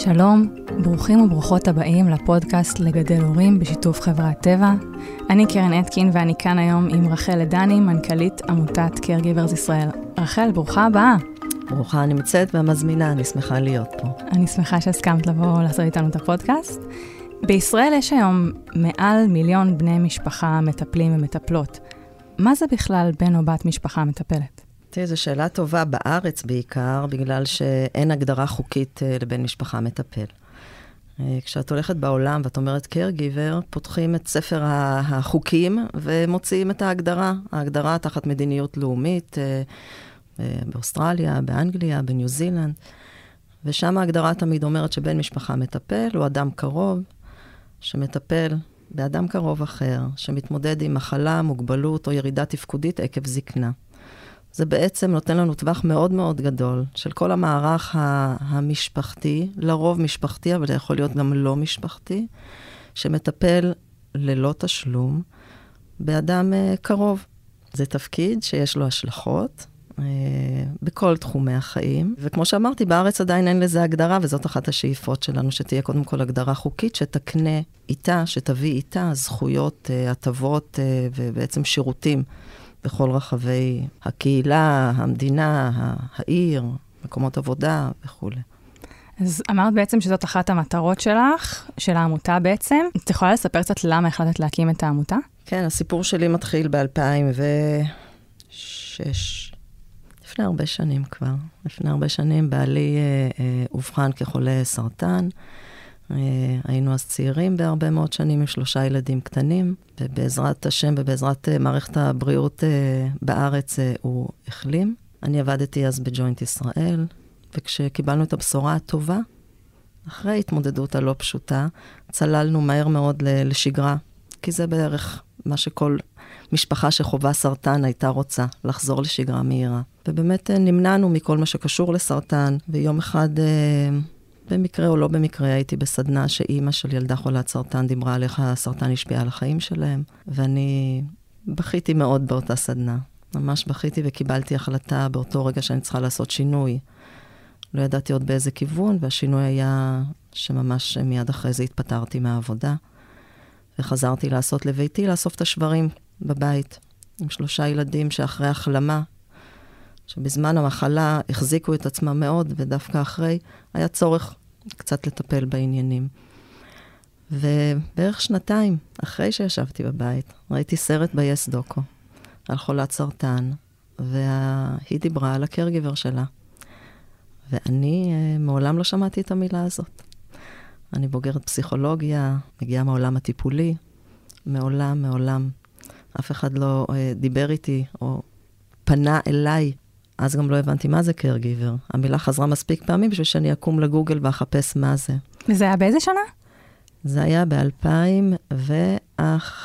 שלום, ברוכים וברוכות הבאים לפודקאסט לגדל הורים בשיתוף חברת טבע. אני קרן אתקין ואני כאן היום עם רחל לדני, מנכ"לית עמותת Caregivers ישראל. רחל, ברוכה הבאה. ברוכה נמצאת והמזמינה, אני שמחה להיות פה. אני שמחה שהסכמת לבוא לעשות איתנו את הפודקאסט. בישראל יש היום מעל 1,000,000 בני משפחה מטפלים ומטפלות. מה זה בכלל בן או בת משפחה מטפלת? תראי, זו שאלה טובה בארץ בעיקר, בגלל שאין הגדרה חוקית לבן משפחה מטפל. כשאת הולכת בעולם ואת אומרת caregiver, פותחים את ספר החוקים ומוציאים את ההגדרה. ההגדרה תחת מדיניות לאומית, באוסטרליה, באנגליה, בניו זילנד. ושם ההגדרה תמיד אומרת שבן משפחה מטפל הוא אדם קרוב, שמטפל באדם קרוב אחר, שמתמודד עם מחלה, מוגבלות או ירידה תפקודית עקב זקנה. זה בעצם נותן לנו טווח מאוד מאוד גדול של כל המערך המשפחתי, לרוב משפחתי, אבל זה יכול להיות גם לא משפחתי, שמטפל ללא תשלום באדם קרוב. זה תפקיד שיש לו השלכות בכל תחומי החיים. וכמו שאמרתי, בארץ עדיין אין לזה הגדרה, וזאת אחת השאיפות שלנו, שתהיה קודם כל הגדרה חוקית, שתקנה איתה, שתביא איתה זכויות, הטבות ובעצם שירותים בכל רחבי הקהילה, המדינה, העיר, מקומות עבודה וכו'. אז אמרת בעצם שזאת אחת המטרות שלך, של העמותה בעצם. את יכולה לספר קצת למה החלטת להקים את העמותה? כן, הסיפור שלי מתחיל ב-2006. לפני הרבה שנים כבר. לפני הרבה שנים בעלי אובחן כחולה סרטן. היינו אז צעירים בהרבה מאוד שנים עם 3 ילדים קטנים, ובעזרת השם ובעזרת מערכת הבריאות בארץ הוא החלים. אני עבדתי אז בג'וינט ישראל, וכשקיבלנו את הבשורה הטובה, אחרי התמודדות הלא פשוטה, צללנו מהר מאוד לשגרה, כי זה בערך מה שכל משפחה שחובה סרטן הייתה רוצה, לחזור לשגרה מהירה. ובאמת נמנענו מכל מה שקשור לסרטן, ויום אחד במקרה או לא במקרה הייתי בסדנה שאימא של ילדה חולת סרטן דיברה על איך הסרטן השפיע על החיים שלהם, ואני בכיתי מאוד באותה סדנה. ממש בכיתי וקיבלתי החלטה באותו רגע שאני צריכה לעשות שינוי. לא ידעתי עוד באיזה כיוון, והשינוי היה שממש מיד אחרי זה התפטרתי מהעבודה, וחזרתי לעשות לביתי, לאסוף את השברים בבית, עם 3 ילדים שאחרי החלמה, שבזמן המחלה החזיקו את עצמם מאוד, ודווקא אחרי היה צורך קצת לטפל בעניינים. ובערך 2 אחרי שישבתי בבית, ראיתי סרט ב-yes דוקו, על חולת סרטן, והיא דיברה על הקרגיבר שלה. ואני מעולם לא שמעתי את המילה הזאת. אני בוגרת פסיכולוגיה, מגיעה מהעולם הטיפולי, מעולם. אף אחד לא דיבר איתי או פנה אליי. אז גם לא הבנתי מה זה caregiver. המילה חזרה מספיק פעמים בשביל שאני אקום לגוגל ואחפש מה זה. וזה היה באיזה שנה? זה היה ב-2011,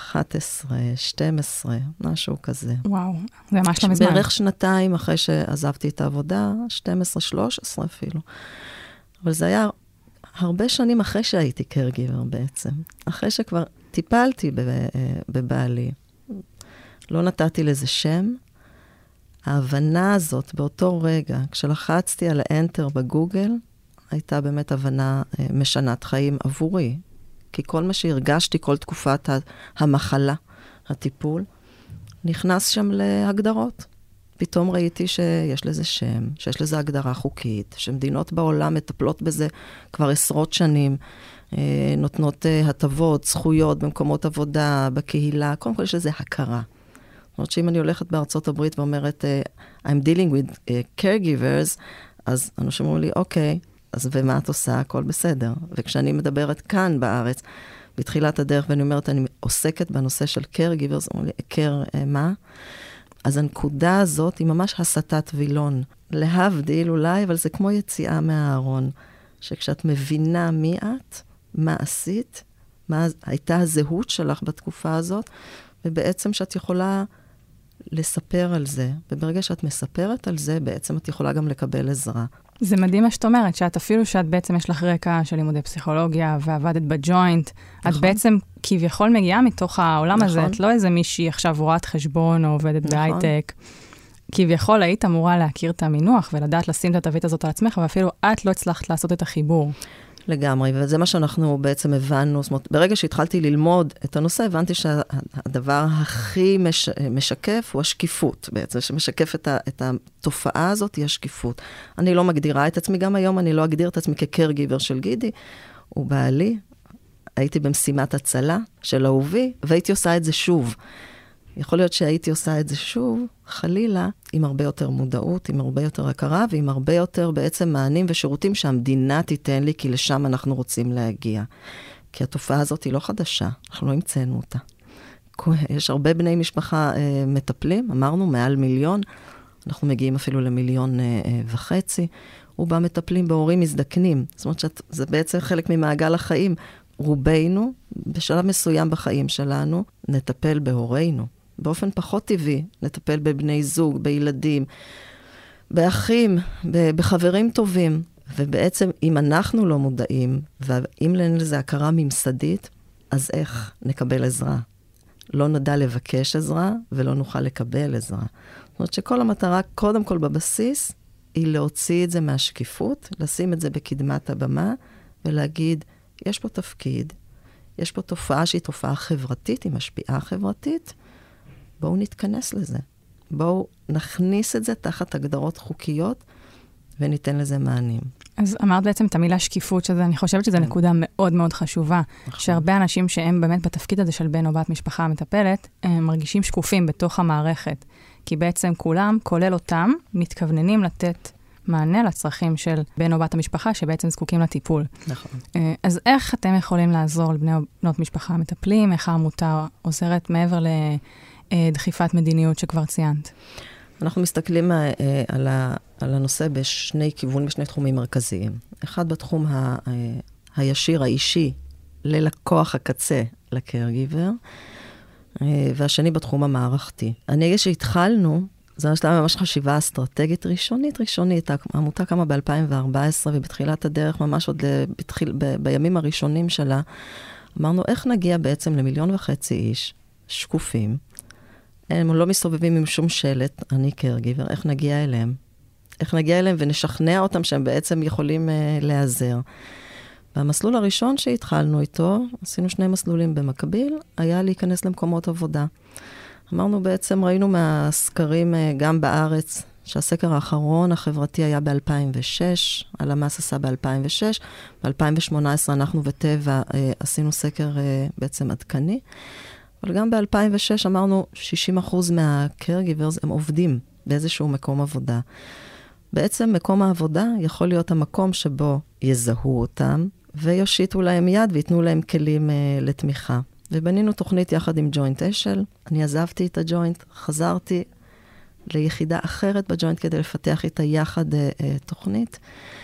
12, משהו כזה. וואו, זה ממש לא מזמן. בערך 2 אחרי שעזבתי את העבודה, 12, 13 אפילו. אבל זה היה הרבה שנים אחרי שהייתי caregiver בעצם. אחרי שכבר טיפלתי בבעלי. לא נתתי לזה שם. ההבנה הזאת באותו רגע, כשלחצתי על האנטר בגוגל, הייתה באמת הבנה משנת חיים עבורי. כי כל מה שהרגשתי, כל תקופת המחלה, הטיפול, נכנס שם להגדרות. פתאום ראיתי שיש לזה שם, שיש לזה הגדרה חוקית, שמדינות בעולם מטפלות בזה כבר עשרות שנים, נותנות הטבות, זכויות במקומות עבודה, בקהילה, קודם כל יש לזה הכרה. זאת אומרת שאם אני הולכת בארצות הברית ואומרת, I'm dealing with caregivers, אז אנשים אומרים לי, אוקיי, אז ומה את עושה? הכל בסדר. וכשאני מדברת כאן בארץ, בתחילת הדרך, ואני אומרת, אני עוסקת בנושא של caregivers, אומרים לי, מה? אז הנקודה הזאת היא ממש הסתת וילון. להבדיל אולי, אבל זה כמו יציאה מהארון, שכשאת מבינה מי את, מה עשית, מה הייתה הזהות שלך בתקופה הזאת, ובעצם שאת יכולה לספר על זה, וברגע שאת מספרת על זה, בעצם את יכולה גם לקבל עזרה. זה מדהים מה שאת אומרת, שאת אפילו שאת בעצם יש לך רקע של לימודי פסיכולוגיה, ועבדת בג'וינט, נכון. את בעצם כביכול מגיעה מתוך העולם נכון. הזה, את לא איזה מישהי עכשיו רואת חשבון, או עובדת נכון. בהייטק. כביכול היית אמורה להכיר את המינוח, ולדעת לשים את התווית הזאת על עצמך, ואפילו את לא הצלחת לעשות את החיבור. לגמרי, וזה מה שאנחנו בעצם הבנו. זאת אומרת, ברגע שהתחלתי ללמוד את הנושא, הבנתי שהדבר הכי משקף הוא השקיפות בעצם, שמשקף את התופעה הזאת, היא השקיפות. אני לא מגדירה את עצמי, גם היום אני לא אגדיר את עצמי כקרגיבר של גידי, הוא בעלי, הייתי במשימת הצלה של אהובי, והייתי עושה את זה שוב. יכול להיות שהייתי עושה את זה שוב, חלילה, עם הרבה יותר מודעות, עם הרבה יותר הכרה, ועם הרבה יותר בעצם מענים ושירותים שהמדינה תיתן לי, כי לשם אנחנו רוצים להגיע. כי התופעה הזאת היא לא חדשה, אנחנו לא המצאנו אותה. יש הרבה בני משפחה מטפלים, אמרנו, מעל 1,000,000, אנחנו מגיעים אפילו ל1.5 מיליון, ובה מטפלים בהורים מזדקנים. זאת אומרת שזה בעצם חלק ממעגל החיים. רובנו, בשלב מסוים בחיים שלנו, נטפל בהורינו. באופן פחות טבעי, נטפל בבני זוג, בילדים, באחים, בחברים טובים. ובעצם, אם אנחנו לא מודעים, ואם אין לזה הכרה ממסדית, אז איך נקבל עזרה? לא נדע לבקש עזרה, ולא נוכל לקבל עזרה. זאת אומרת שכל המטרה, קודם כל בבסיס, היא להוציא את זה מהשקיפות, לשים את זה בקדמת הבמה, ולהגיד, יש פה תפקיד, יש פה תופעה שהיא תופעה חברתית, היא משפיעה חברתית, בואו נתכנס לזה. בואו נכניס את זה תחת הגדרות חוקיות, וניתן לזה מענים. אז אמרת בעצם את המילה שקיפות, אני חושבת שזו נקודה מאוד מאוד חשובה, שהרבה אנשים שהם באמת בתפקיד הזה של בן או בת משפחה המטפלת, הם מרגישים שקופים בתוך המערכת, כי בעצם כולם, כולל אותם, מתכווננים לתת מענה לצרכים של בן או בת המשפחה, שבעצם זקוקים לטיפול. נכון. אז איך אתם יכולים לעזור לבני או בנות משפחה המטפלים? איך העמותה עוזרת מעבר לדחיפת מדיניות שכבר ציינת? אנחנו מסתכלים על הנושא בשני כיוונים, בשני תחומים מרכזיים. אחד בתחום הישיר, האישי, ללקוח הקצה, לקרגיבר, והשני בתחום המערכתי. אני אגיד שהתחלנו, זו הייתה ממש חשיבה אסטרטגית ראשונית. העמותה קמה ב-2014, ובתחילת הדרך, ממש עוד בימים הראשונים שלה, אמרנו, איך נגיע בעצם ל1.5 מיליון איש, שקופים, הם לא מסתובבים עם שום שלט, אני קרגיבר, איך נגיע אליהם? איך נגיע אליהם ונשכנע אותם שהם בעצם יכולים להיעזר. והמסלול הראשון שהתחלנו איתו, עשינו 2 מסלולים במקביל, היה להיכנס למקומות עבודה. אמרנו בעצם, ראינו מהסקרים גם בארץ, שהסקר האחרון החברתי היה ב-2006, הלמ"ס עשה ב-2006, ב-2018 אנחנו וטבע עשינו סקר בעצם עדכני, אבל גם ב-2006 אמרנו 60% מהקרגיברס הם עובדים באיזשהו מקום עבודה. בעצם מקום העבודה יכול להיות המקום שבו יזהו אותם, ויושיטו להם יד ויתנו להם כלים לתמיכה. ובנינו תוכנית יחד עם ג'וינט אשל. אני עזבתי את הג'וינט, חזרתי ליחידה אחרת בג'וינט כדי לפתח איתה יחד תוכנית,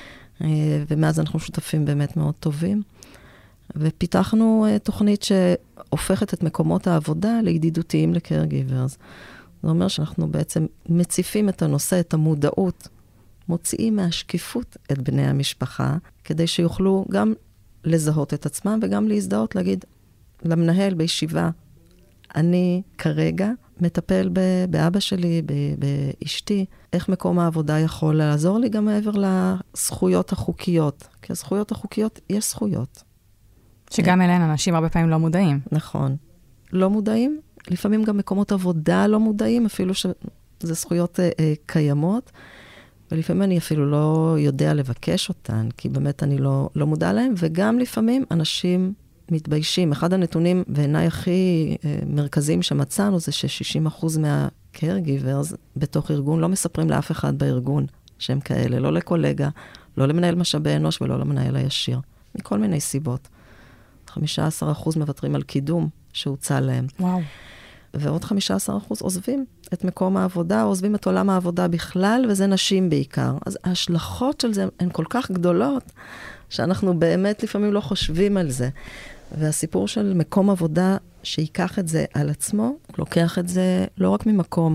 ומאז אנחנו שותפים באמת מאוד טובים. ופיתחנו תוכנית שהופכת את מקומות העבודה לידידותיים לקרגיברס. זה אומר שאנחנו בעצם מציפים את הנושא, את המודעות, מוציאים מהשקיפות את בני המשפחה, כדי שיוכלו גם לזהות את עצמם וגם להזדהות, להגיד למנהל בישיבה, אני כרגע מטפל באבא שלי, באשתי, איך מקום העבודה יכול לעזור לי גם מעבר לזכויות החוקיות. כי הזכויות החוקיות, יש זכויות. שגם אליהן אנשים הרבה פעמים לא מודעים. נכון. לא מודעים, לפעמים גם מקומות עבודה לא מודעים, אפילו שזה זכויות קיימות, ולפעמים אני אפילו לא יודע לבקש אותן, כי באמת אני לא מודע להם, וגם לפעמים אנשים מתביישים. אחד הנתונים בעיניי הכי מרכזיים שמצאנו, זה ש60% מהקרגיברס בתוך ארגון לא מספרים לאף אחד בארגון שהם כאלה, לא לקולגה, לא למנהל משאבי אנוש ולא למנהל הישיר. מכל מיני סיבות. 15% מוותרים על קידום שהוצא להם. וואו. ועוד 15% עוזבים את מקום העבודה, עוזבים את עולם העבודה בכלל, וזה נשים בעיקר. אז ההשלכות של זה הן כל כך גדולות, שאנחנו באמת לפעמים לא חושבים על זה. והסיפור של מקום עבודה שיקח את זה על עצמו, לוקח את זה לא רק ממקום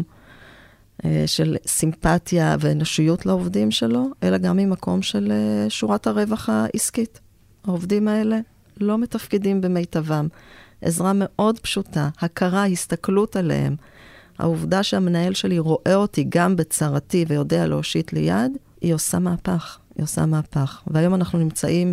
של סימפתיה ואנושיות לעובדים שלו, אלא גם ממקום של שורת הרווח העסקית. העובדים האלה לא מתפקדים במיטבם. עזרה מאוד פשוטה, הכרה, הסתכלות עליהם. העובדה שהמנהל שלי רואה אותי גם בצרתי ויודע להושיט לי יד, היא עושה מהפך. היא עושה מהפך. והיום אנחנו נמצאים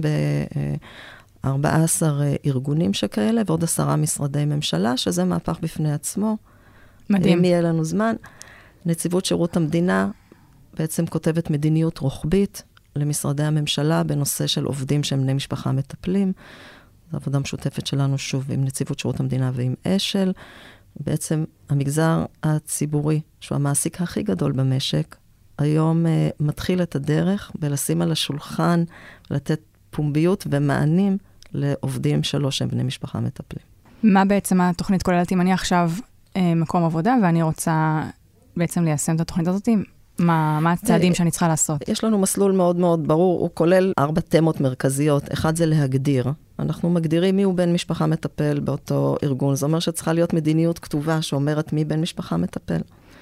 ב-14 ארגונים שכאלה, ועוד 10 משרדי ממשלה, שזה מהפך בפני עצמו. מדהים. אם יהיה לנו זמן, נציבות שירות המדינה בעצם כותבת מדיניות רוחבית למשרדי הממשלה בנושא של עובדים שהם בני משפחה מטפלים. זו עבודה משותפת שלנו שוב עם נציבות שירות המדינה ועם אשל. בעצם המגזר הציבורי, שהוא המעסיק הכי גדול במשק, היום מתחיל את הדרך בלשים על השולחן, לתת פומביות ומענים לעובדים שלו שהם בני משפחה מטפלים. מה בעצם התוכנית כוללת? אם אני עכשיו מקום עבודה ואני רוצה בעצם ליישם את התוכנית הזאת, מה הצעדים שאני צריכה לעשות? יש לנו מסלול מאוד מאוד ברור, הוא כולל 4 תמות מרכזיות. אחד זה להגדיר. אנחנו מגדירים מי הוא בן משפחה מטפל באותו ארגון. זה אומר שצריכה להיות מדיניות כתובה שאומרת מי בן משפחה מטפל.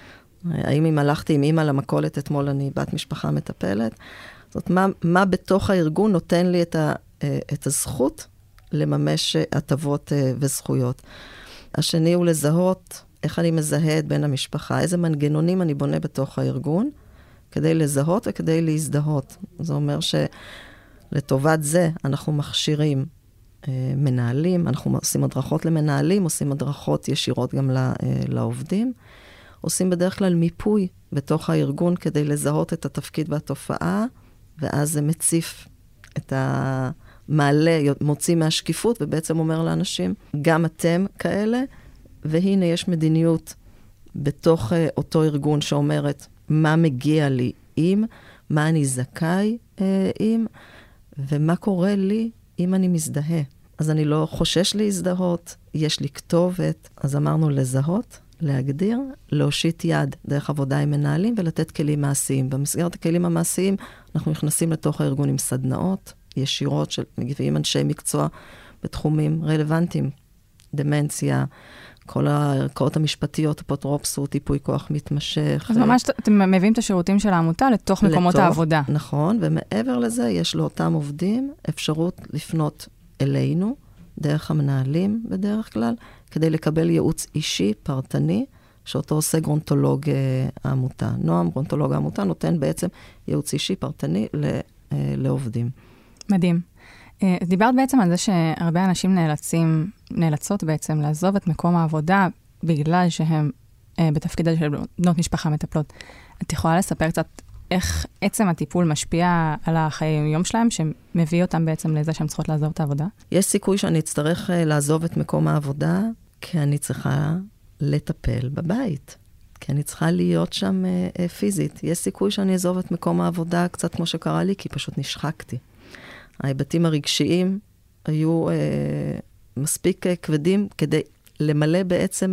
האם אם הלכתי עם אמא למכולת אתמול אני בת משפחה מטפלת? זאת מה בתוך הארגון נותן לי את הזכות לממש הטבות וזכויות. השני הוא לזהות איך אני מזהה את בן המשפחה, איזה מנגנונים אני בונה בתוך הארגון, כדי לזהות וכדי להזדהות. זה אומר שלטובת זה אנחנו מכשירים מנהלים, אנחנו עושים הדרכות למנהלים, עושים הדרכות ישירות גם לעובדים, עושים בדרך כלל מיפוי בתוך הארגון כדי לזהות את התפקיד והתופעה, ואז זה מציף את המעלה, מוציא מהשקיפות, ובעצם אומר לאנשים, גם אתם כאלה, והנה יש מדיניות בתוך אותו ארגון שאומרת מה מגיע לי עם, מה אני זכאי עם, ומה קורה לי אם אני מזדהה. אז אני לא חושש להזדהות, יש לי כתובת. אז אמרנו לזהות, להגדיר, להושיט יד דרך עבודה עם מנהלים ולתת כלים מעשיים. במסגרת הכלים המעשיים אנחנו נכנסים לתוך הארגון עם סדנאות ישירות של מגיעים אנשי מקצוע בתחומים רלוונטיים, דמנציה, כל הערכאות המשפטיות, אפוטרופסות, טיפוי כוח מתמשך. אז ממש אתם מביאים את השירותים של העמותה לתוך מקומות העבודה. נכון, ומעבר לזה יש לאותם עובדים אפשרות לפנות אלינו, דרך המנהלים בדרך כלל, כדי לקבל ייעוץ אישי, פרטני, שאותו עושה גרונטולוג העמותה. נועם, גרונטולוג העמותה, נותן בעצם ייעוץ אישי, פרטני לעובדים. מדהים. דיברת בעצם על זה שהרבה אנשים נאלצות בעצם לעזוב את מקום העבודה, בגלל שהם בתפקיד של בנות משפחה מטפלות. את יכולה לספר קצת איך עצם הטיפול משפיע על החיי היום שלהם, שמביא אותם בעצם לזה שהם צריכות לעזוב את העבודה? יש סיכוי שאני אצטרך לעזוב את מקום העבודה, כי אני צריכה לטפל בבית. כי אני צריכה להיות שם פיזית. יש סיכוי שאני אעזוב את מקום העבודה קצת כמו שקרה לי, כי פשוט נשחקתי. ההיבטים הרגשיים היו מספיק כבדים כדי למלא בעצם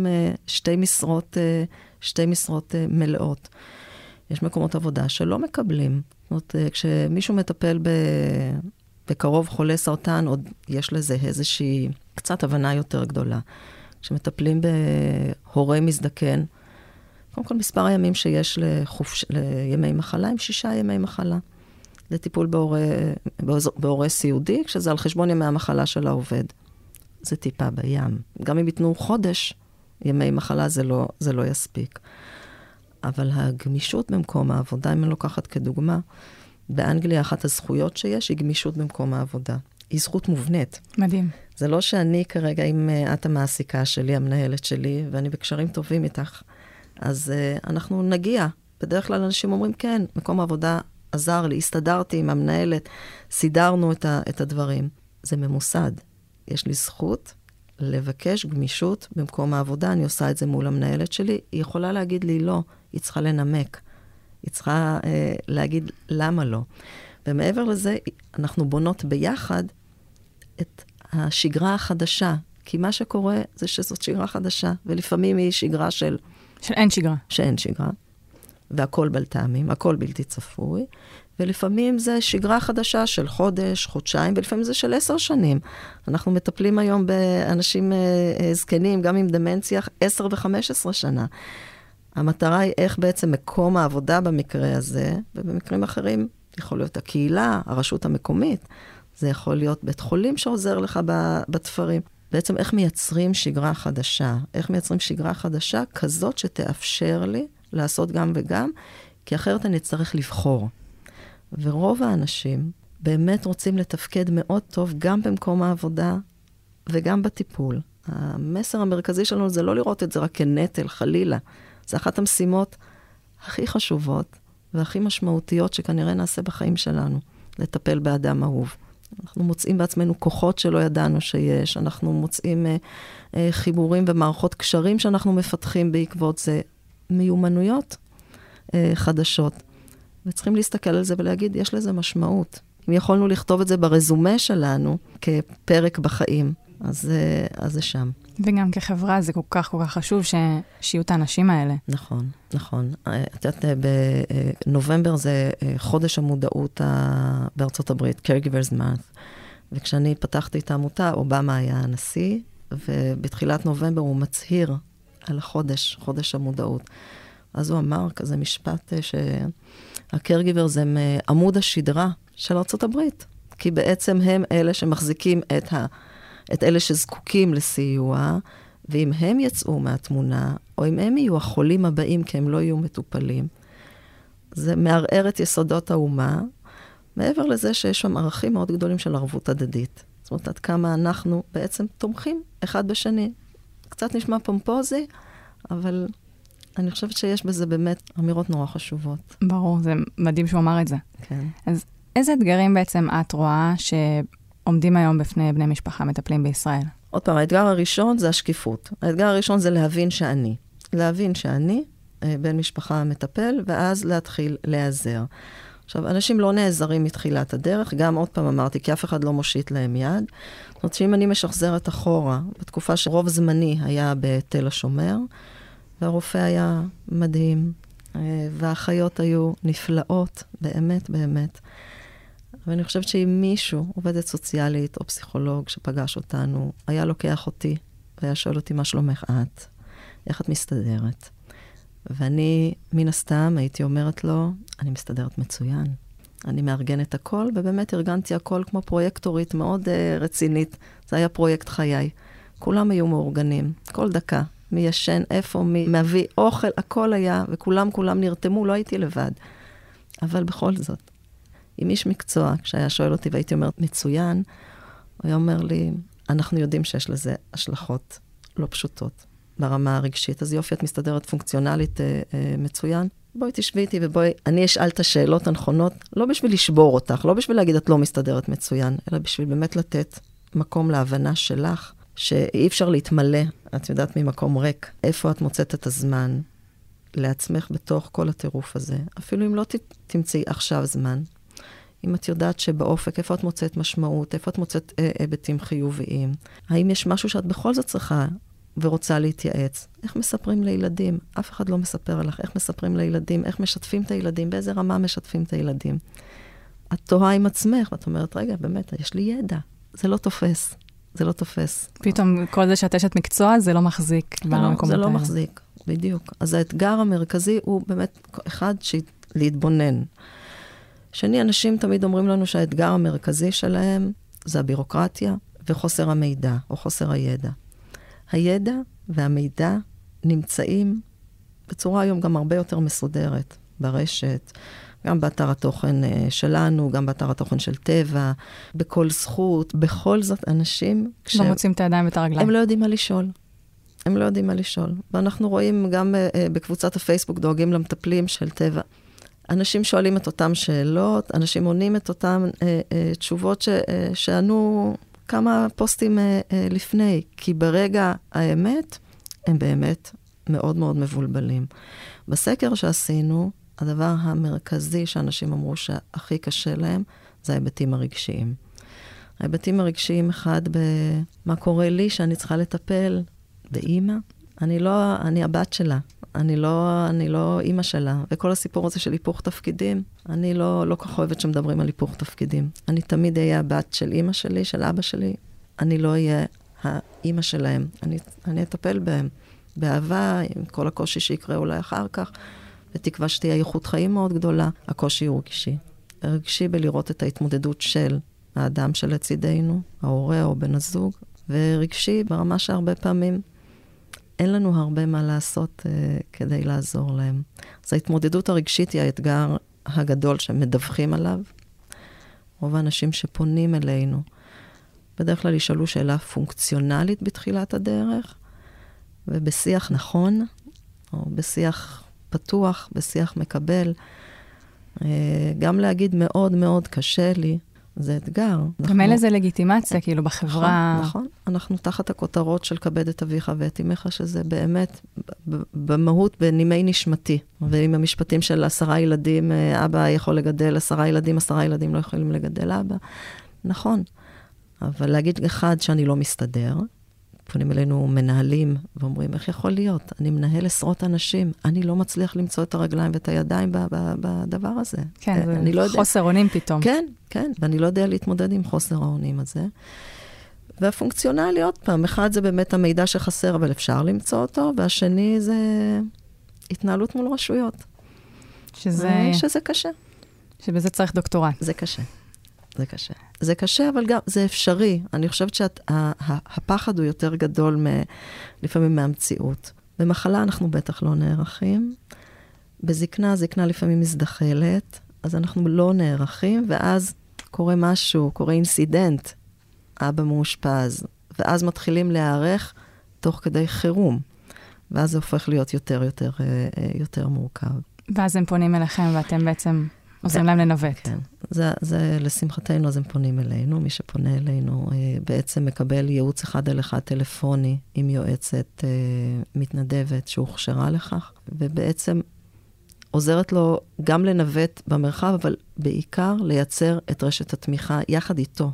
שתי משרות מלאות. יש מקומות עבודה שלא מקבלים. זאת אומרת, כשמישהו מטפל בקרוב חולה סרטן, עוד יש לזה איזושהי קצת הבנה יותר גדולה. כשמטפלים בהורה מזדקן, קודם כל מספר הימים שיש לימי מחלה, הם 6 ימי מחלה. לטיפול בהורה סיעודי, כשזה על חשבון ימי המחלה של העובד. זה טיפה בים. גם אם ייתנו חודש, ימי מחלה זה לא יספיק. אבל הגמישות במקום העבודה, אם אני לוקחת כדוגמה, באנגליה אחת הזכויות שיש, היא גמישות במקום העבודה. היא זכות מובנית. מדהים. זה לא שאני כרגע, אם את המעסיקה שלי, המנהלת שלי, ואני בקשרים טובים איתך, אז אנחנו נגיע. בדרך כלל אנשים אומרים, כן, מקום העבודה עזר לי, הסתדרתי עם המנהלת, סידרנו את הדברים. זה ממוסד. יש לי זכות לבקש גמישות במקום העבודה, אני עושה את זה מול המנהלת שלי, היא יכולה להגיד לי לא, היא צריכה לנמק, היא צריכה להגיד למה לא. ומעבר לזה, אנחנו בונות ביחד את השגרה החדשה, כי מה שקורה זה שזאת שגרה חדשה, ולפעמים היא שגרה של אין שגרה. שאין שגרה, והכל בלתאמים, הכל בלתי צפוי, ולפעמים זה שגרה חדשה של חודש, חודשיים, ולפעמים זה של 10 שנים. אנחנו מטפלים היום באנשים זקנים, גם עם דמנציה, 10 ו-15 שנה. המטרה היא איך בעצם מקום העבודה במקרה הזה, ובמקרים אחרים יכול להיות הקהילה, הרשות המקומית, זה יכול להיות בית חולים שעוזר לך בתפרים. בעצם איך מייצרים שגרה חדשה? איך מייצרים שגרה חדשה כזאת שתאפשר לי לעשות גם וגם, כי אחרת אני אצטרך לבחור. ורוב האנשים באמת רוצים לתפקד מאוד טוב גם במקום העבודה וגם בטיפול. המסר המרכזי שלנו זה לא לראות את זה רק כנטל, חלילה. זה אחת המשימות הכי חשובות והכי משמעותיות שכנראה נעשה בחיים שלנו, לטפל באדם אהוב. אנחנו מוצאים בעצמנו כוחות שלא ידענו שיש, אנחנו מוצאים חיבורים ומערכות קשרים שאנחנו מפתחים בעקבות זה, מיומנויות חדשות. וצריכים להסתכל על זה ולהגיד, יש לזה משמעות. אם יכולנו לכתוב את זה ברזומה שלנו, כפרק בחיים, אז זה שם. וגם כחברה זה כל כך חשוב שיהיו את האנשים האלה. נכון, נכון. את יודעת, בנובמבר זה חודש המודעות בארצות הברית, Caregivers Month. וכשאני פתחתי את העמותה, אובמה היה הנשיא, ובתחילת נובמבר הוא מצהיר על חודש המודעות. אז הוא אמר כזה משפט שה-Caregivers הם עמוד השדרה של ארצות הברית. כי בעצם הם אלה שמחזיקים את אלה שזקוקים לסיוע, ואם הם יצאו מהתמונה, או אם הם יהיו החולים הבאים, כי הם לא יהיו מטופלים, זה מערער את יסודות האומה, מעבר לזה שיש שם ערכים מאוד גדולים של ערבות הדדית. זאת אומרת, עד כמה אנחנו בעצם תומכים אחד בשני. קצת נשמע פומפוזי, אבל אני חושבת שיש בזה באמת אמירות נורא חשובות. ברור, זה מדהים שהוא אמר את זה. כן. אז איזה אתגרים בעצם את רואה שעומדים היום בפני בני משפחה מטפלים בישראל? עוד פעם, האתגר הראשון זה השקיפות. האתגר הראשון זה להבין שאני בן משפחה מטפל, ואז להתחיל להיעזר. עכשיו, אנשים לא נעזרים מתחילת הדרך, גם עוד פעם אמרתי, כי אף אחד לא מושיט להם יד. זאת אומרת שאם אני משחזרת אחורה, בתקופה שרוב זמני היה בתל השומר, והרופא היה מדהים, והאחיות היו נפלאות, באמת, באמת. ואני חושבת שאם מישהו, עובדת סוציאלית או פסיכולוג שפגש אותנו, היה לוקח אותי, והיה שואל אותי מה שלומך את, איך את מסתדרת. ואני, מן הסתם, הייתי אומרת לו, אני מסתדרת מצוין. אני מארגנת הכל, ובאמת ארגנתי הכל כמו פרויקטורית מאוד רצינית. זה היה פרויקט חיי. כולם היו מאורגנים, כל דקה. מי ישן, איפה, מי מביא אוכל, הכל היה, וכולם נרתמו, לא הייתי לבד. אבל בכל זאת, עם איש מקצוע, כשהיה שואל אותי והייתי אומרת מצוין, הוא היה אומר לי, אנחנו יודעים שיש לזה השלכות לא פשוטות ברמה הרגשית. אז יופי, את מסתדרת פונקציונלית מצוין. בואי תשבי איתי ובואי, אני אשאל את השאלות הנכונות, לא בשביל לשבור אותך, לא בשביל להגיד את לא מסתדרת מצוין, אלא בשביל באמת לתת מקום להבנה שלך, שאי אפשר להתמלא, את יודעת, ממקום ריק. איפה את מוצאת את הזמן לעצמך בתוך כל הטירוף הזה? אפילו אם לא תמצאי עכשיו זמן. אם את יודעת שבאופק, איפה את מוצאת משמעות, איפה את מוצאת היבטים חיוביים. האם יש משהו שאת בכל זאת צריכה ורוצה להתייעץ? איך מספרים לילדים? אף אחד לא מספר לך. איך מספרים לילדים? איך משתפים את הילדים? באיזה רמה משתפים את הילדים? את תוהה עם עצמך, ואת אומרת, רגע, באמת, יש לי ידע. זה לא תופס. זה לא תופס. פתאום כל זה שאת אשת מקצוע, זה לא מחזיק במקומות האלה. זה לא מחזיק, בדיוק. אז האתגר המרכזי הוא באמת אחד להתבונן. שני, אנשים תמיד אומרים לנו שהאתגר המרכזי שלהם זה הבירוקרטיה וחוסר המידע או חוסר הידע. הידע והמידע נמצאים בצורה היום גם הרבה יותר מסודרת ברשת, גם באתר התוכן שלנו, גם באתר התוכן של טבע, בכל זכות. בכל זאת, אנשים לא מוצאים את הידיים ואת הרגליים. הם לא יודעים מה לשאול. הם לא יודעים מה לשאול. ואנחנו רואים גם בקבוצת הפייסבוק דואגים למטפלים של טבע. אנשים שואלים את אותם שאלות, אנשים עונים את אותם תשובות שענו כמה פוסטים לפני, כי ברגע האמת, הם באמת מאוד מאוד מבולבלים. בסקר שעשינו, הדבר המרכזי שאנשים אמרו שהכי קשה להם, זה ההיבטים הרגשיים. ההיבטים הרגשיים, אחד במה קורה לי שאני צריכה לטפל באמא. אני הבת שלה. אני לא אימא שלה. וכל הסיפור הזה של היפוך תפקידים, אני לא כך אוהבת שמדברים על היפוך תפקידים. אני תמיד אהיה הבת של אימא שלי, של אבא שלי. אני לא אהיה האימא שלהם. אני אטפל בהם באהבה, עם כל הקושי שיקרה אולי אחר כך. ותקווה שתהיה איכות חיים מאוד גדולה. הקושי הוא רגשי. רגשי בלראות את ההתמודדות של האדם שלצידנו, ההורה או בן הזוג, ורגשי ברמה שהרבה פעמים אין לנו הרבה מה לעשות כדי לעזור להם. אז ההתמודדות הרגשית היא האתגר הגדול שמדווחים עליו, רוב האנשים שפונים אלינו, בדרך כלל ישאלו שאלה פונקציונלית בתחילת הדרך, ובשיח נכון, או בשיח פתוח, בשיח מקבל. גם להגיד מאוד מאוד קשה לי, זה אתגר. גם אין לזה לגיטימציה, כאילו בחברה... נכון. אנחנו תחת הכותרות של כבד את אביך ואת אמך, שזה באמת במהות, בנימי נשמתי. ועם המשפטים של 10 ילדים, אבא יכול לגדל 10 ילדים, 10 ילדים לא יכולים לגדל אבא. נכון. אבל להגיד אחד שאני לא מסתדר, פונים אלינו מנהלים ואומרים, איך יכול להיות? אני מנהל עשרות אנשים, אני לא מצליח למצוא את הרגליים ואת הידיים בדבר הזה. כן, זה לא חוסר אונים פתאום. כן, כן, ואני לא יודע להתמודד עם חוסר האונים הזה. והפונקציונלי, עוד פעם, אחד זה באמת המידע שחסר, אבל אפשר למצוא אותו, והשני זה התנהלות מול רשויות. שזה קשה. שבזה צריך דוקטורט. זה קשה. זה קשה. זה קשה, אבל גם זה אפשרי. אני חושבת שהפחד הוא יותר גדול לפעמים מהמציאות. במחלה אנחנו בטח לא נערכים. בזקנה, זקנה לפעמים מזדחלת, אז אנחנו לא נערכים, ואז קורה משהו, קורה אינסידנט, אבא מאושפז, ואז מתחילים להיערך תוך כדי חירום. ואז זה הופך להיות יותר מורכב. ואז הם פונים אליכם, ואתם בעצם... עוזרים להם לנווט. כן. זה לשמחתנו, אז הם פונים אלינו. מי שפונה אלינו בעצם מקבל ייעוץ אחד על אחד טלפוני עם יועצת מתנדבת שהוכשרה לכך, ובעצם עוזרת לו גם לנווט במרחב, אבל בעיקר לייצר את רשת התמיכה יחד איתו.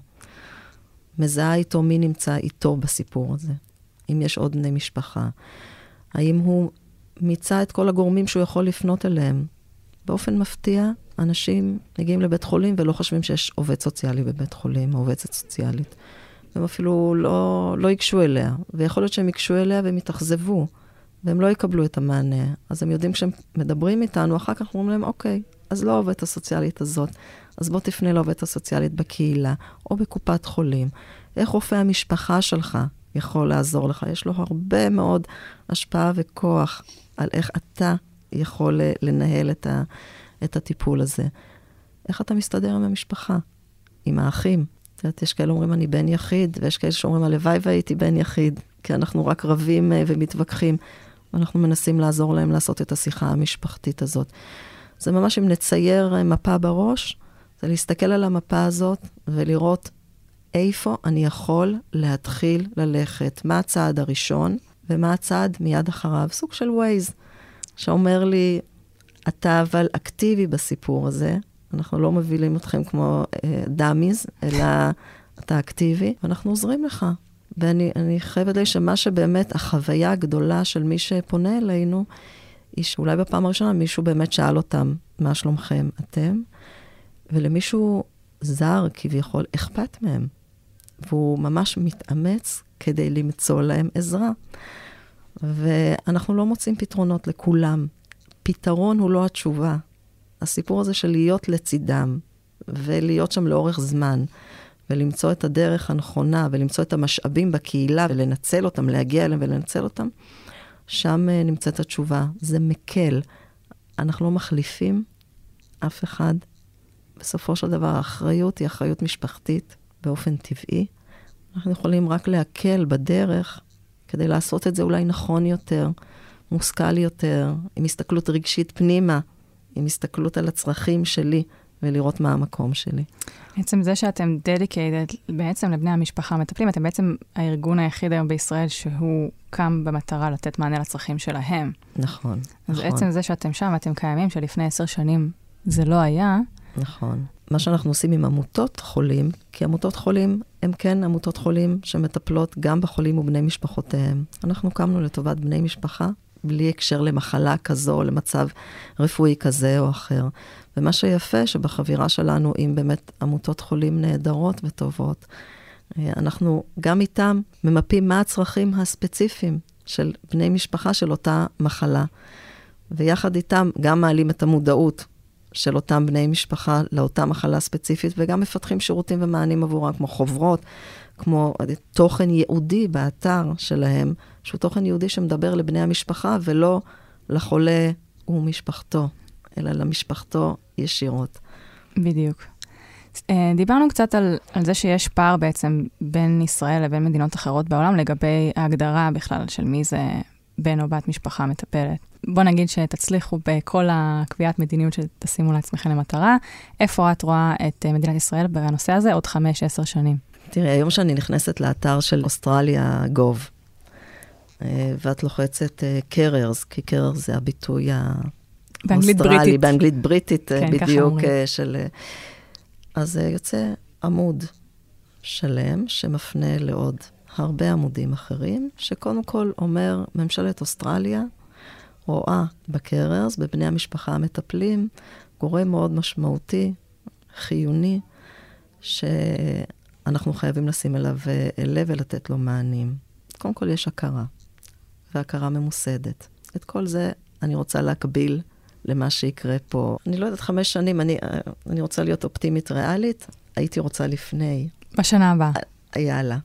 מזהה איתו מי נמצא איתו בסיפור הזה. אם יש עוד בני משפחה. האם הוא מיצה את כל הגורמים שהוא יכול לפנות אליהם. באופן מפתיע, אנשים מגיעים לבית חולים ולא חושבים שיש עובד סוציאלי בבית חולים, או עובדת סוציאלית. הם אפילו לא ייגשו אליה, ויכול להיות שהם ייגשו אליה והם יתאכזבו, והם לא יקבלו את המענה. אז הם יודעים כשהם מדברים איתנו, אחר כך אומרים להם, אוקיי, אז לא עובדת הסוציאלית הזאת, אז בוא תפנה לעובדת הסוציאלית בקהילה, או בקופת חולים. איך רופא המשפחה שלך יכול לעזור לך? יש לו הרבה מאוד השפעה וכוח על איך אתה יכול לנהל את הטיפול הזה. איך אתה מסתדר עם המשפחה? עם האחים? יש כאלה אומרים, אני בן יחיד, ויש כאלה שאומרים, הלוואי והייתי בן יחיד, כי אנחנו רק רבים ומתווכחים, ואנחנו מנסים לעזור להם לעשות את השיחה המשפחתית הזאת. זה ממש אם נצייר מפה בראש, זה להסתכל על המפה הזאת, ולראות איפה אני יכול להתחיל ללכת, מה הצעד הראשון, ומה הצעד מיד אחריו, סוג של ווייז, שאומר לי, אתה אבל אקטיבי בסיפור הזה, אנחנו לא מובילים אתכם כמו דאמיז, אלא אתה אקטיבי, ואנחנו עוזרים לך. ואני חייבת לי שמה שבאמת החוויה הגדולה של מי שפונה אלינו, היא שאולי בפעם הראשונה מישהו באמת שאל אותם, מה שלומכם אתם? ולמישהו זר כביכול אכפת מהם. והוא ממש מתאמץ כדי למצוא להם עזרה. ואנחנו לא מוצאים פתרונות לכולם. פתרון הוא לא התשובה. הסיפור הזה של להיות לצידם, ולהיות שם לאורך זמן, ולמצוא את הדרך הנכונה, ולמצוא את המשאבים בקהילה, ולנצל אותם, להגיע אליהם ולנצל אותם, שם נמצאת התשובה. זה מקל. אנחנו לא מחליפים אף אחד. בסופו של דבר, האחריות היא אחריות משפחתית, באופן טבעי. אנחנו יכולים רק להקל בדרך, כדי לעשות את זה אולי נכון יותר, מושכל יותר, עם הסתכלות רגשית פנימה, עם הסתכלות על הצרכים שלי, ולראות מה המקום שלי. בעצם זה שאתם dedicated בעצם לבני המשפחה מטפלים, אתם בעצם הארגון היחיד היום בישראל שהוא קם במטרה לתת מענה לצרכים שלהם. נכון, אז נכון. בעצם זה שאתם שם, אתם קיימים, שלפני 10 שנים זה לא היה. נכון. מה שאנחנו עושים עם עמותות חולים, כי עמותות חולים הם כן עמותות חולים שמטפלות גם בחולים ובני משפחותיהם. אנחנו קמנו לטובת בני משפחה, בלי הקשר למחלה כזו, או למצב רפואי כזה או אחר. ומה שיפה שבחבירה שלנו עם באמת עמותות חולים נהדרות וטובות, אנחנו גם איתם ממפים מה הצרכים הספציפיים של בני משפחה של אותה מחלה. ויחד איתם גם מעלים את המודעות של אותם בני משפחה לאותה מחלה ספציפית, וגם מפתחים שירותים ומענים עבורם, כמו חוברות, כמו תוכן ייעודי באתר שלהם, שהוא תוכן ייעודי שמדבר לבני המשפחה, ולא לחולה ומשפחתו, אלא למשפחתו ישירות. בדיוק. דיברנו קצת על זה שיש פער בעצם בין ישראל לבין מדינות אחרות בעולם, לגבי ההגדרה בכלל של מי זה בן או בת משפחה מטפלת. בוא נגיד שתצליחו בכל הקביעת מדיניות שתשימו לעצמכם למטרה. איפה את רואה את מדינת ישראל בנושא הזה עוד 5-10 שנים? תראי, היום שאני נכנסת לאתר של אוסטרליה גוב, ואת לוחצת קררס, כי קררס זה הביטוי האוסטרלי, באנגלית בריטית בדיוק של... אז יוצא עמוד שלם שמפנה לעוד הרבה עמודים אחרים, שקודם כל אומר, ממשלת אוסטרליה רואה בקררס, בבני המשפחה המטפלים, גורם מאוד משמעותי, חיוני, שאנחנו חייבים לשים אליו לב ולתת לו מענים. קודם כל יש הכרה, והכרה ממוסדת. את כל זה אני רוצה להקביל למה שיקרה פה. אני לא יודעת, 5 שנים, אני רוצה להיות אופטימית ריאלית, הייתי רוצה לפני. בשנה הבאה. יאללה.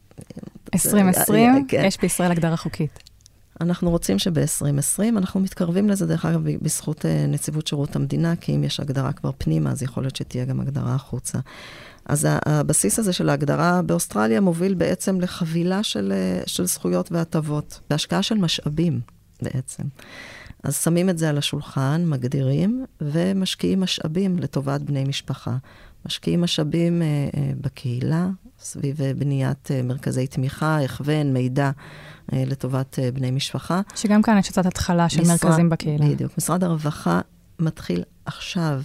2020, יש בישראל הגדרה חוקית. אנחנו רוצים שב-2020, אנחנו מתקרבים לזה, דרך אגב, בזכות נציבות שירות המדינה, כי אם יש הגדרה כבר פנימה, אז יכול להיות שתהיה גם הגדרה החוצה. אז הבסיס הזה של ההגדרה באוסטרליה מוביל בעצם לחבילה של זכויות והטבות, בהשקעה של משאבים בעצם. אז שמים את זה על השולחן, מגדירים, ומשקיעים משאבים לטובת בני משפחה. משקיעים משאבים בקהילה, סביב בניית מרכזי תמיכה, הכוון, מידע לטובת בני משפחה. שגם כאן יש קצת התחלה של מרכזים בקהילה. בדיוק. משרד הרווחה מתחיל עכשיו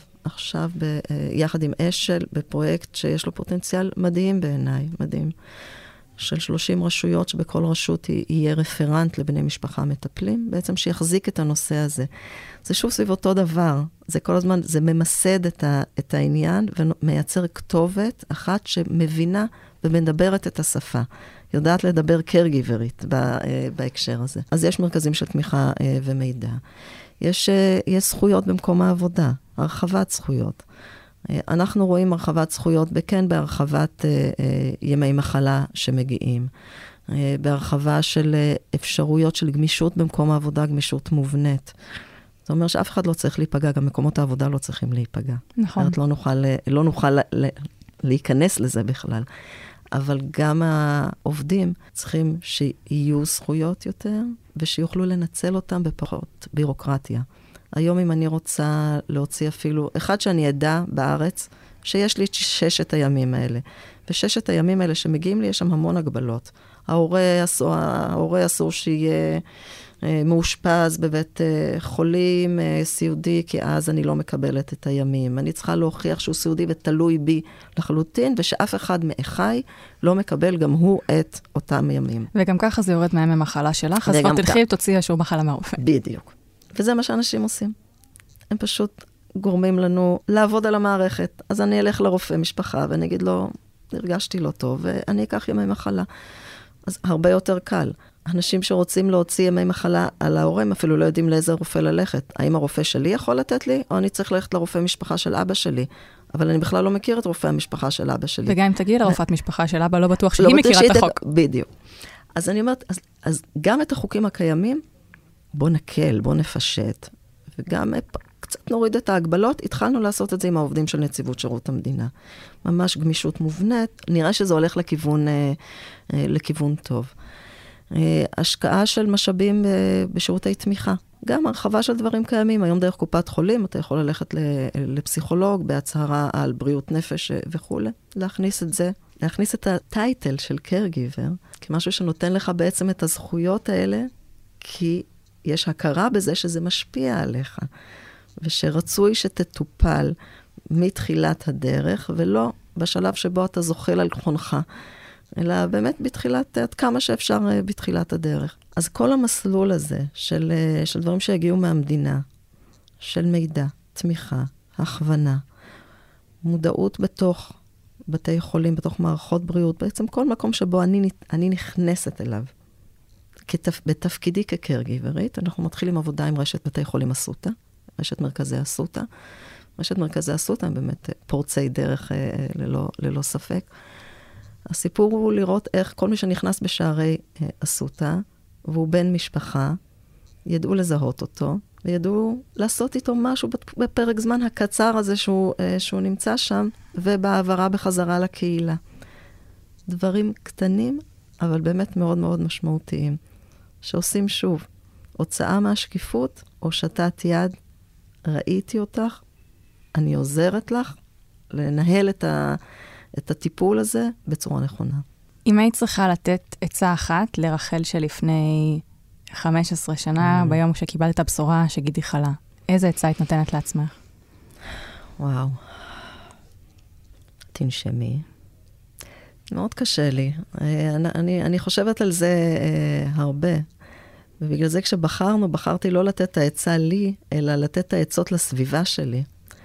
יחד עם אשל, בפרויקט שיש לו פוטנציאל מדהים בעיניי, מדהים, של 30 רשויות, שבכל רשות יהיה רפרנט לבני משפחה מטפלים, בעצם שיחזיק את הנושא הזה. זה שוב סביב אותו דבר, זה כל הזמן, זה ממסד את העניין, ומייצר כתובת אחת שמבינה ומדברת את השפה. יודעת לדבר קרגיברית בהקשר הזה. אז יש מרכזים של תמיכה ומידע. יש זכויות במקום העבודה, הרחבת זכויות. אנחנו רואים הרחבת זכויות, בהרחבת ימי מחלה שמגיעים, בהרחבה של אפשרויות של גמישות במקום העבודה, גמישות מובנית. זאת אומרת שאף אחד לא צריך להיפגע, גם מקומות העבודה לא צריכים להיפגע. נכון. לא נוכל להיכנס לזה בכלל. אבל גם העובדים צריכים שיהיו זכויות יותר, ושיוכלו לנצל אותם בפחות בירוקרטיה. היום אם אני רוצה להוציא אפילו, אחד שאני אדע בארץ, שיש לי 6 הימים האלה. ו6 הימים האלה שמגיעים לי, יש שם המון הגבלות. ההורה אסור שיהיה מאושפז בבית חולים סיעודי, כי אז אני לא מקבלת את הימים. אני צריכה להוכיח שהוא סיעודי ותלוי בי לחלוטין, ושאף אחד מאחיי לא מקבל גם הוא את אותם ימים. וגם ככה זה יורד מהם המחלה שלך, אז כבר תלכי תוציא אישור מחלה מהרופא. בדיוק. וזה מה שאנשים עושים. הם פשוט גורמים לנו לעבוד על המערכת. אז אני אלך לרופא משפחה ואני אגיד לו, הרגשתי לא טוב, ואני אקח ימי מחלה. אז הרבה יותר קל. אנשים שרוצים להוציא ימי מחלה על ההורים, אפילו לא יודעים לאיזה רופא ללכת. האם הרופא שלי יכול לתת לי, או אני צריך ללכת לרופא משפחה של אבא שלי? אבל אני בכלל לא מכיר את רופא המשפחה של אבא שלי. וגם אם תגיעי לרופאת משפחה של אבא, לא בטוח שהיא מכירה את החוק. בדיוק. אז אני אומרת, אז גם את החוקים הקיימים, בוא נקל, בוא נפשט, וגם קצת נוריד את ההגבלות. התחלנו לעשות את זה עם העובדים של נציבות שירות המדינה. ממש גמישות מובנית, נראה שזה הולך לכיוון טוב. השקעה של משאבים בשירותי תמיכה. גם הרחבה של דברים קיימים. היום דרך קופת חולים, אתה יכול ללכת לפסיכולוג, בהצהרה על בריאות נפש וכו'. להכניס את זה, להכניס את הטייטל של קרגיבר, כמשהו שנותן לך בעצם את הזכויות האלה, כי יש הכרה בזה שזה משפיע עליך, ושרצוי שתטופל מתחילת הדרך, ולא בשלב שבו אתה זוחל על חונך, אלא באמת עד כמה שאפשר בתחילת הדרך. אז כל המסלול הזה של דברים שהגיעו מהמדינה, של מידע, תמיכה, הכוונה, מודעות בתוך בתי חולים, בתוך מערכות בריאות, בעצם כל מקום שבו אני נכנסת אליו, בתפקידי כקרגיברית, אנחנו מתחילים עבודה עם רשת בתי חולים אסותא, רשת מרכזי אסותא. רשת מרכזי אסותא הם באמת פורצי דרך ללא ספק. הסיפור הוא לראות איך כל מי שנכנס בשערי אסותא, והוא בן משפחה, ידעו לזהות אותו, וידעו לעשות איתו משהו בפרק זמן הקצר הזה שהוא נמצא שם, ובעברה בחזרה לקהילה. דברים קטנים, אבל באמת מאוד מאוד משמעותיים, שעושים שוב, הוצאה מהשקיפות, הושטת יד, ראיתי אותך, אני עוזרת לך, לנהל את הטיפול הזה בצורה נכונה. אם היית צריכה לתת עצה אחת לרחל שלפני 15 שנה, ביום שקיבלת את הבשורה שגידי חלה, איזה עצה היית נותנת לעצמך? וואו. תנשמי. מאוד קשה לי. אני חושבת על זה הרבה. ובגלל זה בחרתי לא לתת את העצה לי, אלא לתת את העצות לסביבה שלי.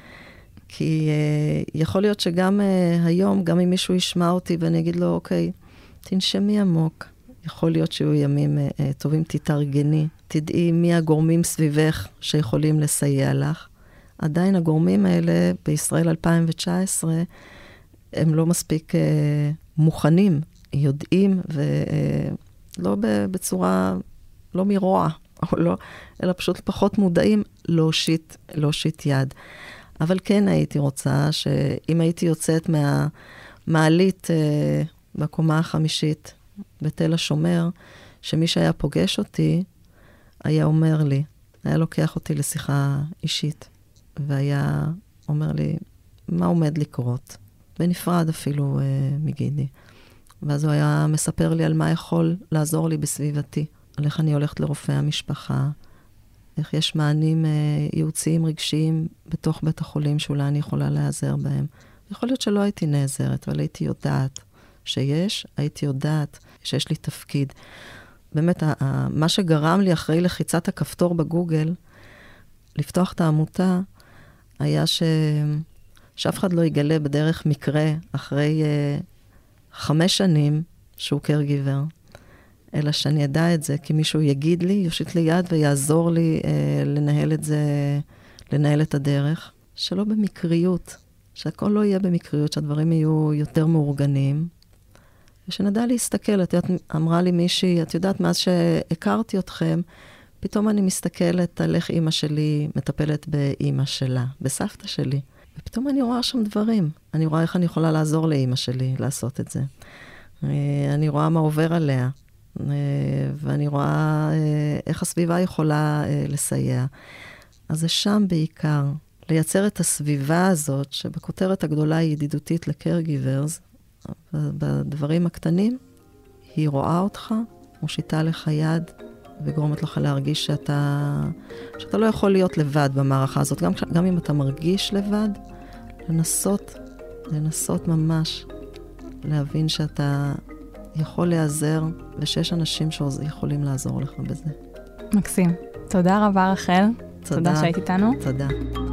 כי יכול להיות שגם היום, גם אם מישהו ישמע אותי ואני אגיד לו, אוקיי, תנשמי עמוק. יכול להיות שיהיו ימים טובים, תתארגני. תדעי מי הגורמים סביבך שיכולים לסייע לך. עדיין הגורמים האלה בישראל 2019, הם לא מספיק מוכנים, יודעים, ולא בצורה, לא מרוע, אלא פשוט פחות מודעים להושיט יד. אבל כן הייתי רוצה שאם הייתי יוצאת מהמעלית בקומה החמישית בתל השומר, שמי שהיה פוגש אותי, היה אומר לי, היה לוקח אותי לשיחה אישית, והיה אומר לי, מה עומד לקרות? בנפרד אפילו מגידי. ואז הוא היה מספר לי על מה יכול לעזור לי בסביבתי, על איך אני הולכת לרופאי המשפחה, איך יש מענים ייעוציים רגשיים בתוך בית החולים שאולי אני יכולה להיעזר בהם. יכול להיות שלא הייתי נעזרת, אבל הייתי יודעת הייתי יודעת שיש לי תפקיד. באמת, מה שגרם לי אחרי לחיצת הכפתור בגוגל, לפתוח את העמותה, היה שאף אחד לא יגלה בדרך מקרה אחרי 5 שנים שהוא קרגיבר, אלא שאני ידע את זה, כי מישהו יגיד לי, יושיט לי יד ויעזור לי לנהל את זה, לנהל את הדרך, שלא במקריות, שהכל לא יהיה במקריות, שהדברים יהיו יותר מאורגנים, ושנדע להסתכל. את יודעת, אמרה לי מישהי, את יודעת, מאז שהכרתי אתכם, פתאום אני מסתכלת על איך אמא שלי מטפלת באמא שלה, בסבתא שלי. ופתאום אני רואה שם דברים. אני רואה איך אני יכולה לעזור לאמא שלי לעשות את זה. אני רואה מה עובר עליה. ואני רואה איך הסביבה יכולה לסייע. אז זה שם בעיקר, לייצר את הסביבה הזאת, שבכותרת הגדולה היא ידידותית לקרגיברס, בדברים הקטנים, היא רואה אותך, מושיטה לך יד, וגורמת לך להרגיש שאתה לא יכול להיות לבד במערכה הזאת. גם אם אתה מרגיש לבד, לנסות ממש, להבין שאתה יכול להיעזר, ושיש אנשים שיכולים לעזור לך בזה. מקסים. תודה רבה, רחל. תודה שהיית איתנו. תודה.